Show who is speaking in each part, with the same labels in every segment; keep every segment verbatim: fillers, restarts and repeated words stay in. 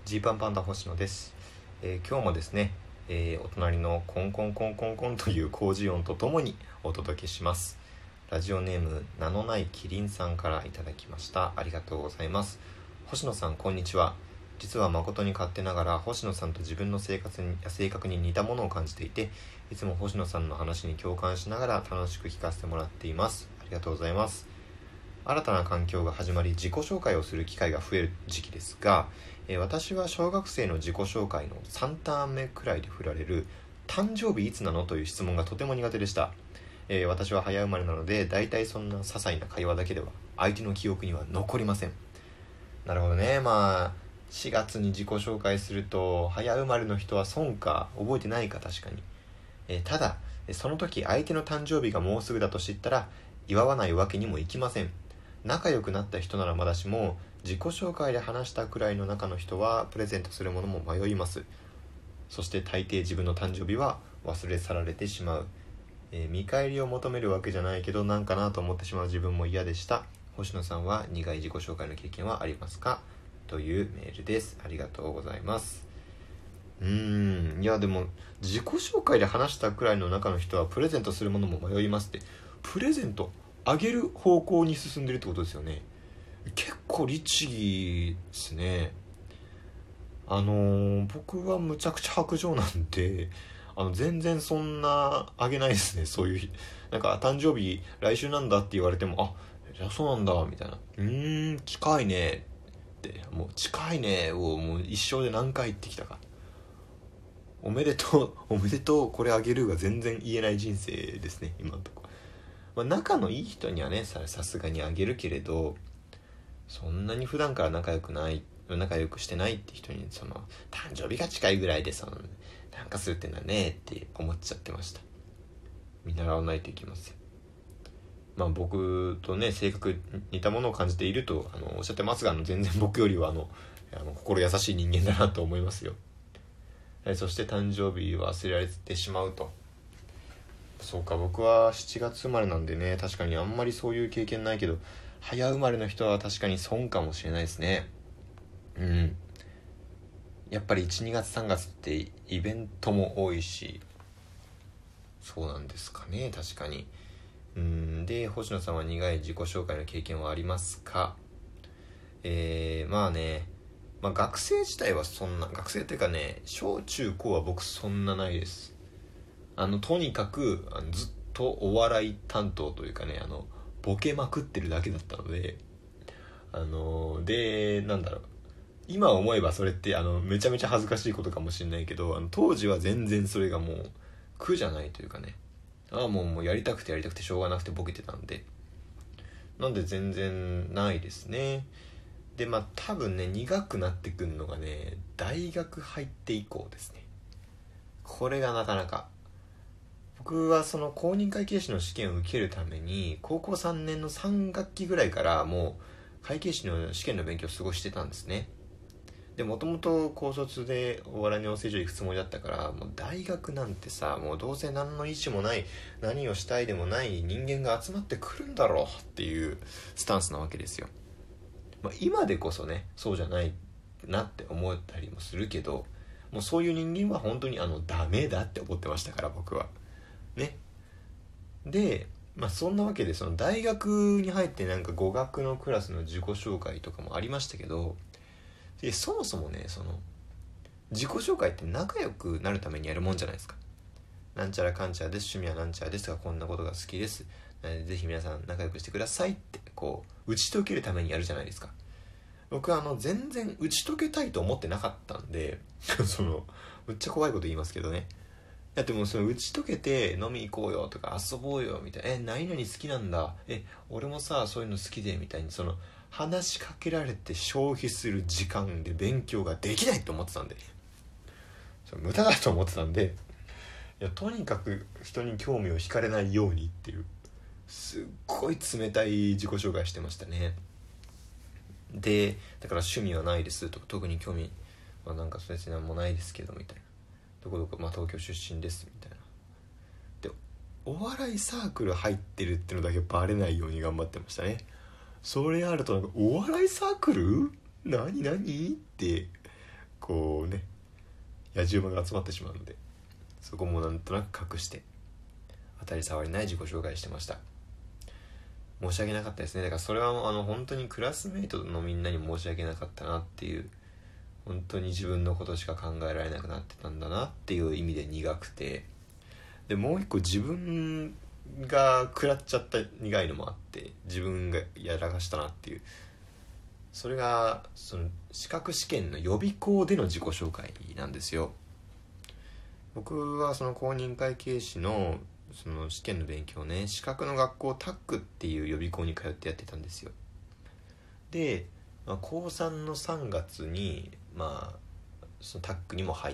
Speaker 1: ジーパンパンダ星野です、えー、今日もですね、えー、お隣のコンコンコンコンコンという工事音とともにお届けします。ラジオネーム名のないキリンさんからいただきました。ありがとうございます。星野さん、こんにちは。実は誠に勝手ながら星野さんと自分の生活に性格に似たものを感じていて、いつも星野さんの話に共感しながら楽しく聞かせてもらっています。ありがとうございます。新たな環境が始まり、自己紹介をする機会が増える時期ですが、えー、私は小学生の自己紹介のさんターン目くらいで振られる誕生日いつなのという質問がとても苦手でした。えー、私は早生まれなので、だいたいそんな些細な会話だけでは相手の記憶には残りません。なるほどね。まあしがつに自己紹介すると、早生まれの人は損か覚えてないか確かに、えー、ただその時相手の誕生日がもうすぐだと知ったら祝わないわけにもいきません。仲良くなった人ならまだしも、自己紹介で話したくらいの中の人はプレゼントするものも迷います。そして大抵自分の誕生日は忘れ去られてしまう。えー、見返りを求めるわけじゃないけど、なんかなと思ってしまう自分も嫌でした。星野さんは苦い自己紹介の経験はありますか？というメールです。ありがとうございます。うーんいやでも、自己紹介で話したくらいの中の人はプレゼントするものも迷いますって、プレゼントあげる方向に進んでるってことですよね。結構律儀ですね。あのー、僕はむちゃくちゃ薄情なんで、あの全然そんなあげないですね。そういう日なんか誕生日来週なんだって言われても、あ、じゃあそうなんだみたいな、うーん近いねって、もう近いねをもう一生で何回言ってきたか。おめでとうおめでとうこれあげるが全然言えない人生ですね、今のところ。まあ、仲のいい人にはね、さすがにあげるけれど、そんなに普段から仲良くない仲良くしてないって人に、その誕生日が近いぐらいでそのなんかするってんだねって思っちゃってました。見習わないといけません。まあ僕とね性格似たものを感じているとあのおっしゃってますが、あの全然僕よりはあのあの心優しい人間だなと思いますよ。えそして誕生日忘れられてしまうと。そうか、僕はしちがつ生まれなんでね、確かにあんまりそういう経験ないけど、早生まれの人は確かに損かもしれないですね。うん。やっぱりいち、にがつさんがつってイベントも多いし、そうなんですかね、確かに。うんで、星野さんは苦い自己紹介の経験はありますか？えー、まあね、まあ学生自体はそんな、学生っていうかね、小中高は僕そんなないです。あのとにかくあのずっとお笑い担当というかね、あのボケまくってるだけだったので、あのでなんだろう、今思えばそれってあのめちゃめちゃ恥ずかしいことかもしれないけど、あの当時は全然それがもう苦じゃないというかね、ああもうもうやりたくてやりたくてしょうがなくてボケてたんで、なんで全然ないですね。でまあ多分ね、苦くなってくるのがね、大学入って以降ですね。これがなかなか、僕はその公認会計士の試験を受けるために高校さんねんのさん学期ぐらいからもう会計士の試験の勉強を過ごしてたんですね。でもともと高卒でお笑いの養成所行くつもりだったから、もう大学なんてさ、もうどうせ何の意思もない、何をしたいでもない人間が集まってくるんだろうっていうスタンスなわけですよ。まあ、今でこそねそうじゃないなって思ったりもするけど、もうそういう人間は本当にあのダメだって思ってましたから、僕はね。でまあそんなわけで、その大学に入ってなんか語学のクラスの自己紹介とかもありましたけど、でそもそもね、その自己紹介って仲良くなるためにやるもんじゃないですか。なんちゃらかんちゃらです、趣味はなんちゃらですがこんなことが好きです、ぜひ皆さん仲良くしてくださいってこう打ち解けるためにやるじゃないですか。僕はあの全然打ち解けたいと思ってなかったんでそのむっちゃ怖いこと言いますけどね、だってもうその打ち解けて飲み行こうよとか遊ぼうよみたいな、え何々好きなんだ、え俺もさそういうの好きでみたいに、その話しかけられて消費する時間で勉強ができないと思ってたんで、それ無駄だと思ってたんで、いやとにかく人に興味を惹かれないようにっていう、すっごい冷たい自己紹介してましたね。でだから趣味はないですとか、特に興味はなんかそうですねもうないですけどみたいな、どこどこ、まあ、東京出身ですみたいな。でお笑いサークル入ってるってのだけバレないように頑張ってましたね。それあるとなんか、お笑いサークル何何ってこうね野じ馬が集まってしまうので、そこもなんとなく隠して当たり障りない自己紹介してました。申し訳なかったですね。だからそれはあの本当にクラスメイトのみんなに申し訳なかったなっていう、本当に自分のことしか考えられなくなってたんだなっていう意味で苦くて、でもう一個自分が食らっちゃった苦いのもあって、自分がやらかしたなっていう、それがその資格試験の予備校での自己紹介なんですよ。僕はその公認会計士のその試験の勉強ね、資格の学校タックっていう予備校に通ってやってたんですよ。で、まあ、こうさんのさんがつにまあそのタックにも入って、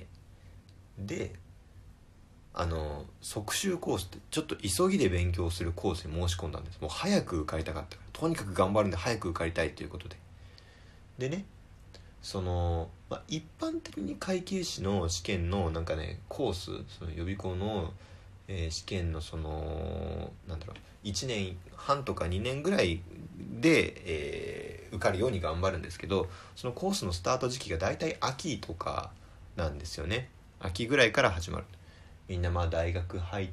Speaker 1: であの即習コースってちょっと急ぎで勉強するコースに申し込んだんです。もう早く受かりたかったから、とにかく頑張るんで早く受かりたいということで。でね、その、まあ、一般的に会計士の試験のなんかねコース、その予備校の、えー、試験のそのなんだろういちねんはんとかにねんぐらいで、えー、受かるように頑張るんですけど、そのコースのスタート時期がだいたい秋とかなんですよね。秋ぐらいから始まる。みんなまあ大学入って、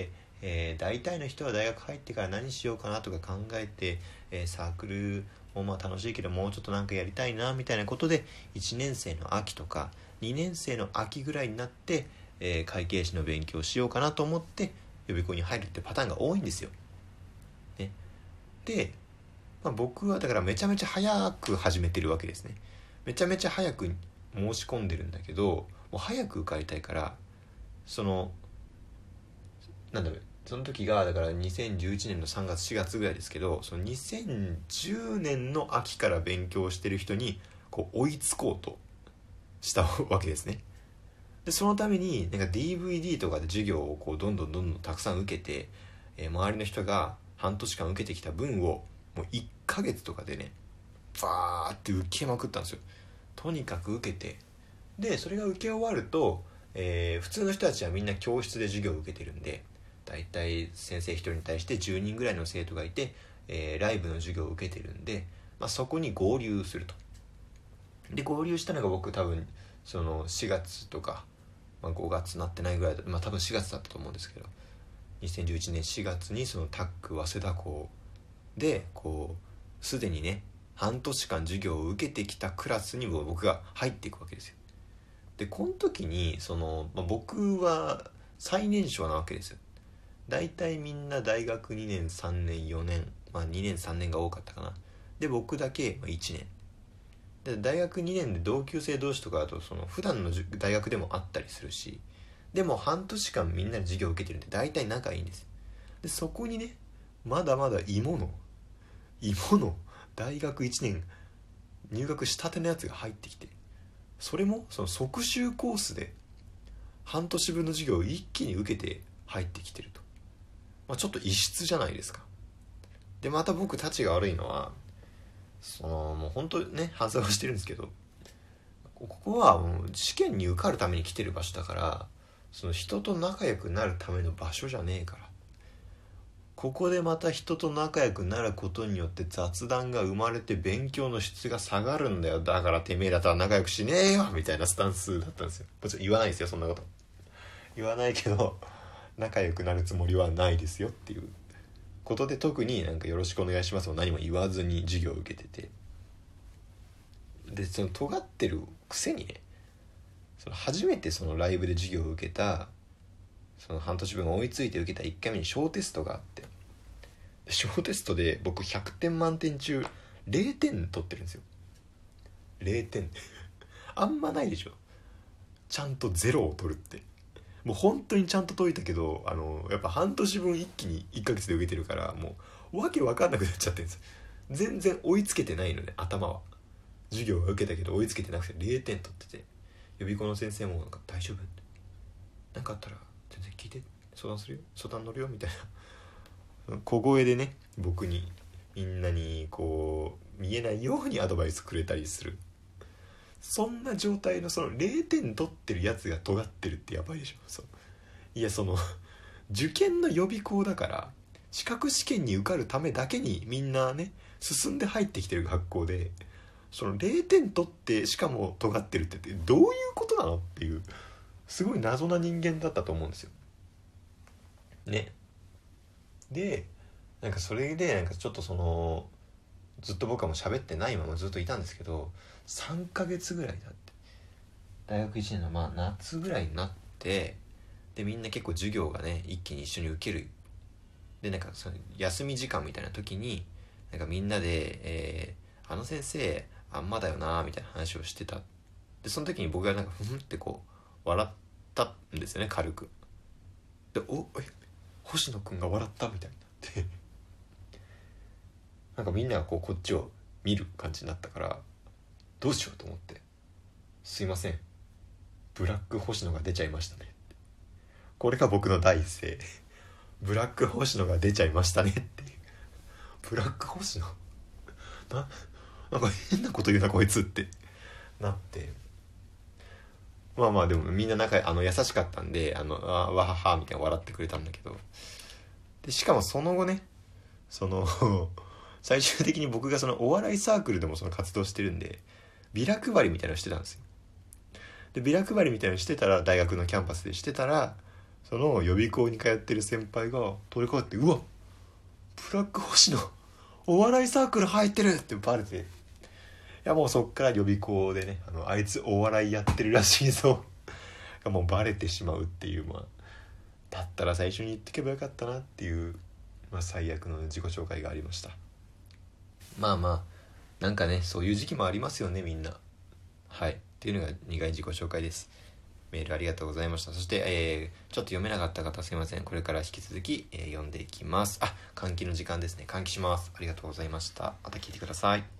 Speaker 1: えー、大体の人は大学入ってから何しようかなとか考えて、えー、サークルもまあ楽しいけどもうちょっとなんかやりたいなみたいなことでいちねん生の秋とかにねん生の秋ぐらいになって、えー、会計士の勉強しようかなと思って予備校に入るってパターンが多いんですよ、ね、で、まあ、僕はだからめちゃめちゃ早く始めてるわけですね。めちゃめちゃ早く申し込んでるんだけど、もう早く受かりたいから、そのなんだろうその時がだからにせんじゅういちねんのさんがつしがつぐらいですけど、そのにせんじゅうねんの秋から勉強してる人にこう追いつこうとしたわけですね。でそのためになんか ディーブイディー とかで授業をこうどんどんどんどんたくさん受けて、えー、周りの人が半年間受けてきた分をもういっかげつとかでねバーって受けまくったんですよ。とにかく受けて、でそれが受け終わると、えー、普通の人たちはみんな教室で授業を受けてるんで、だいたい先生ひとりに対してじゅうにんぐらいの生徒がいて、えー、ライブの授業を受けてるんで、まあ、そこに合流すると。で合流したのが僕多分そのしがつとか、まあ、ごがつになってないぐらいだ、まあ多分しがつだったと思うんですけど、にせんじゅういちねんしがつにそのタック早稲田校でこうすでにね半年間授業を受けてきたクラスにも僕が入っていくわけですよ。でこの時にその、まあ、僕は最年少なわけですよ。だいたいみんな大学にねんさんねんよねん、まあにねんさんねんが多かったかな。で僕だけいちねんで、大学にねんで同級生同士とかだとその普段の大学でもあったりするし、でも半年間みんなで授業を受けてるんで大体仲いいんです。でそこにねまだまだ芋の芋の大学いちねん入学したてのやつが入ってきて、それもその即習コースで半年分の授業を一気に受けて入ってきてると、まあ、ちょっと異質じゃないですか。でまた僕たちが悪いのはそのもう本当ね反省はしてるんですけど、ここはもう試験に受かるために来てる場所だから、その人と仲良くなるための場所じゃねえから、ここでまた人と仲良くなることによって雑談が生まれて勉強の質が下がるんだよ。だからてめえらとは仲良くしねえよみたいなスタンスだったんですよ。もちろん言わないですよ、そんなこと言わないけど、仲良くなるつもりはないですよっていうことで、特になんかよろしくお願いしますも何も言わずに授業を受けてて、でその尖ってるくせにね、その初めてそのライブで授業を受けたその半年分追いついて受けたいっかいめに小テストがあって、小テストで僕ひゃくてん満点中れいてん取ってるんですよ。れいてんあんまないでしょ、ちゃんとゼロを取るって。もう本当にちゃんと解いたけど、あのやっぱ半年分一気にいっかげつで受けてるから、もうわけわかんなくなっちゃってるんです。全然追いつけてないのね、頭は。授業は受けたけど追いつけてなくてれいてん取ってて、予備校の先生もなんか大丈夫、なんかあったら全然聞いて、相談するよ、相談乗るよみたいな小声でね、僕にみんなにこう見えないようにアドバイスくれたりする。そんな状態のそのれいてん取ってるやつが尖ってるってやばいでしょ。そういや、その受験の予備校だから資格試験に受かるためだけにみんなね進んで入ってきてる学校で、 そのれいてん取ってしかも尖ってるってってどういうことなのっていうすごい謎な人間だったと思うんですよね。でなんかそれでなんかちょっとそのずっと僕はもう喋ってないままずっといたんですけど、さんかげつぐらいだって大学いちねんのまあ夏ぐらいになって、でみんな結構授業がね一気に一緒に受ける。でなんかその休み時間みたいな時になんかみんなで、えー、あの先生あんまだよなみたいな話をしてた。でその時に僕がなんかふんってこう笑ったんですよね、軽く。でおえ星野くんが笑ったみたいになってなんかみんながこうこっちを見る感じになったから、どうしようと思って、すいませんブラック星野が出ちゃいましたね、これが僕の第一声ブラック星野が出ちゃいましたねっていう。ブラック星野な、なんか変なこと言うなこいつってなって、まあまあでもみんな仲あの優しかったんで、あのあわははみたいな笑ってくれたんだけど、でしかもその後ね、その最終的に僕がそのお笑いサークルでもその活動してるんで、ビラ配りみたいなのしてたんですよ。でビラ配りみたいなのしてたら、大学のキャンパスでしてたら、その予備校に通ってる先輩が通りかかって、うわブラック星野お笑いサークル入ってるってバレて、いやもうそっから予備校でね、あのあいつお笑いやってるらしいぞがもうバレてしまうっていう、まあだったら最初に言ってけばよかったなっていう、まあ、最悪の自己紹介がありました。まあまあなんかね、そういう時期もありますよねみんな。はいっていうのが苦い自己紹介です。メールありがとうございました。そして、えー、ちょっと読めなかった方すいません、これから引き続き、えー、読んでいきます。あ、換気の時間ですね。換気します。ありがとうございました。また聞いてください。